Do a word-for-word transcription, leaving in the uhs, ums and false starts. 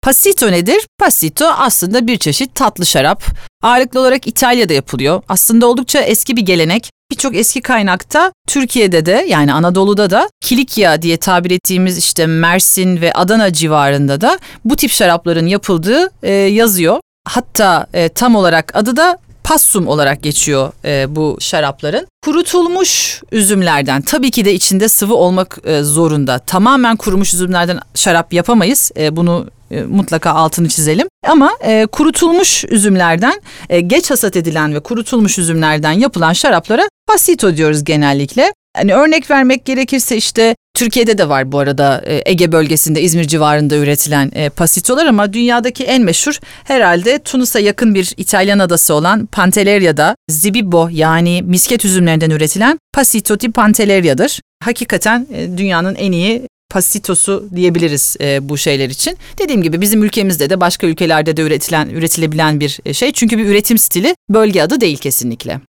Passito nedir? Passito aslında bir çeşit tatlı şarap. Ağırlıklı olarak İtalya'da yapılıyor. Aslında oldukça eski bir gelenek. Birçok eski kaynakta Türkiye'de de yani Anadolu'da da Kilikya diye tabir ettiğimiz işte Mersin ve Adana civarında da bu tip şarapların yapıldığı e, yazıyor. Hatta e, tam olarak adı da Passum olarak geçiyor e, bu şarapların. Kurutulmuş üzümlerden, tabii ki de içinde sıvı olmak e, zorunda. Tamamen kurumuş üzümlerden şarap yapamayız. E, bunu e, mutlaka altını çizelim. Ama e, kurutulmuş üzümlerden, e, geç hasat edilen ve kurutulmuş üzümlerden yapılan şaraplara Passito diyoruz genellikle. Hani örnek vermek gerekirse işte Türkiye'de de var bu arada e, Ege bölgesinde, İzmir civarında üretilen e, passitolar ama dünyadaki en meşhur herhalde Tunus'a yakın bir İtalyan adası olan Pantellerya'da Zibibbo yani misket üzümlerinden üretilen Passito di Pantellerya'dır. Hakikaten e, dünyanın en iyi passitosu diyebiliriz e, bu şeyler için. Dediğim gibi bizim ülkemizde de başka ülkelerde de üretilen üretilebilen bir şey. Çünkü bir üretim stili, bölge adı değil kesinlikle.